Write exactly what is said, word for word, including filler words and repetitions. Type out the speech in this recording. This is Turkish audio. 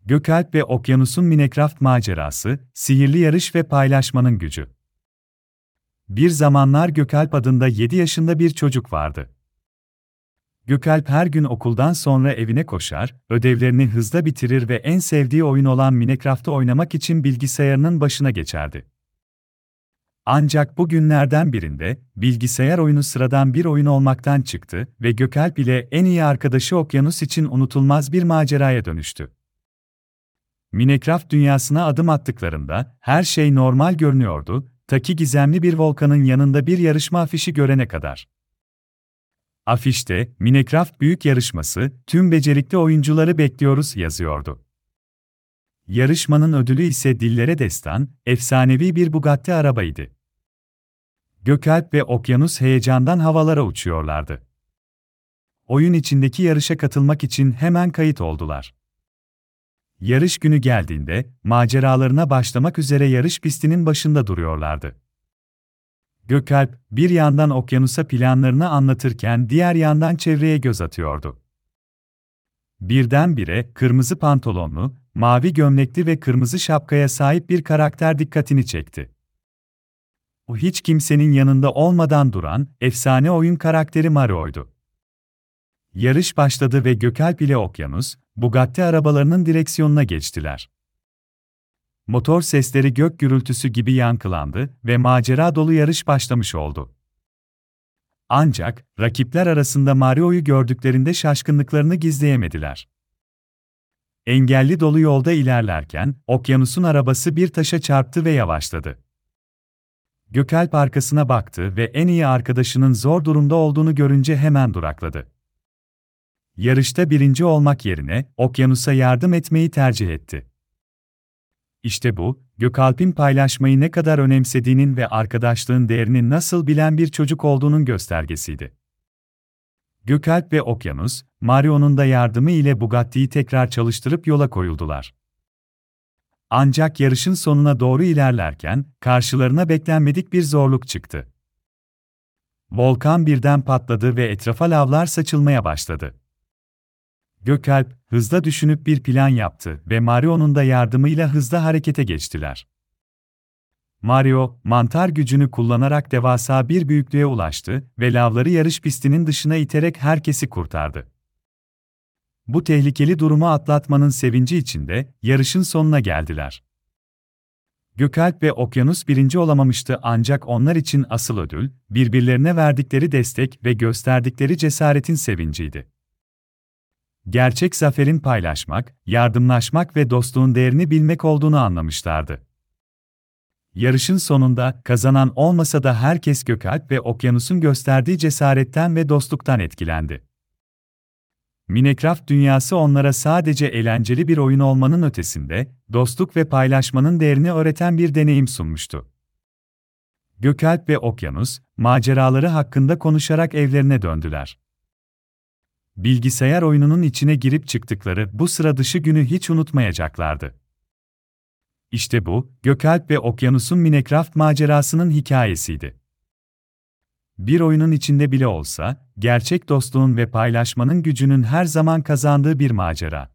Gökalp ve Okyanus'un Minecraft macerası, sihirli yarış ve paylaşmanın gücü. Bir zamanlar Gökalp adında yedi yaşında bir çocuk vardı. Gökalp her gün okuldan sonra evine koşar, ödevlerini hızla bitirir ve en sevdiği oyun olan Minecraft'ı oynamak için bilgisayarının başına geçerdi. Ancak bu günlerden birinde, bilgisayar oyunu sıradan bir oyun olmaktan çıktı ve Gökalp ile en iyi arkadaşı Okyanus için unutulmaz bir maceraya dönüştü. Minecraft dünyasına adım attıklarında, her şey normal görünüyordu, ta ki gizemli bir volkanın yanında bir yarışma afişi görene kadar. Afişte, Minecraft Büyük Yarışması, tüm becerikli oyuncuları bekliyoruz yazıyordu. Yarışmanın ödülü ise dillere destan, efsanevi bir Bugatti arabaydı. Gökalp ve Okyanus heyecandan havalara uçuyorlardı. Oyun içindeki yarışa katılmak için hemen kayıt oldular. Yarış günü geldiğinde, maceralarına başlamak üzere yarış pistinin başında duruyorlardı. Gökalp, bir yandan Okyanus'a planlarını anlatırken diğer yandan çevreye göz atıyordu. Birdenbire, kırmızı pantolonlu, mavi gömlekli ve kırmızı şapkaya sahip bir karakter dikkatini çekti. O hiç kimsenin yanında olmadan duran, efsane oyun karakteri Mario'ydu. Yarış başladı ve Gökalp ile Okyanus, Bugatti arabalarının direksiyonuna geçtiler. Motor sesleri gök gürültüsü gibi yankılandı ve macera dolu yarış başlamış oldu. Ancak, rakipler arasında Mario'yu gördüklerinde şaşkınlıklarını gizleyemediler. Engelli dolu yolda ilerlerken, Okyanus'un arabası bir taşa çarptı ve yavaşladı. Gökalp arkasına baktı ve en iyi arkadaşının zor durumda olduğunu görünce hemen durakladı. Yarışta birinci olmak yerine, Okyanus'a yardım etmeyi tercih etti. İşte bu, Gökalp'in paylaşmayı ne kadar önemsediğinin ve arkadaşlığın değerini nasıl bilen bir çocuk olduğunun göstergesiydi. Gökalp ve Okyanus, Mario'nun da yardımı ile Bugatti'yi tekrar çalıştırıp yola koyuldular. Ancak yarışın sonuna doğru ilerlerken, karşılarına beklenmedik bir zorluk çıktı. Volkan birden patladı ve etrafa lavlar saçılmaya başladı. Gökalp, hızla düşünüp bir plan yaptı ve Mario'nun da yardımıyla hızla harekete geçtiler. Mario, mantar gücünü kullanarak devasa bir büyüklüğe ulaştı ve lavları yarış pistinin dışına iterek herkesi kurtardı. Bu tehlikeli durumu atlatmanın sevinci içinde, yarışın sonuna geldiler. Gökalp ve Okyanus birinci olamamıştı ancak onlar için asıl ödül, birbirlerine verdikleri destek ve gösterdikleri cesaretin sevinciydi. Gerçek zaferin paylaşmak, yardımlaşmak ve dostluğun değerini bilmek olduğunu anlamışlardı. Yarışın sonunda, kazanan olmasa da herkes Gökalp ve Okyanus'un gösterdiği cesaretten ve dostluktan etkilendi. Minecraft dünyası onlara sadece eğlenceli bir oyun olmanın ötesinde, dostluk ve paylaşmanın değerini öğreten bir deneyim sunmuştu. Gökalp ve Okyanus, maceraları hakkında konuşarak evlerine döndüler. Bilgisayar oyununun içine girip çıktıkları bu sıra dışı günü hiç unutmayacaklardı. İşte bu, Gökalp ve Okyanus'un Minecraft macerasının hikayesiydi. Bir oyunun içinde bile olsa, gerçek dostluğun ve paylaşmanın gücünün her zaman kazandığı bir macera.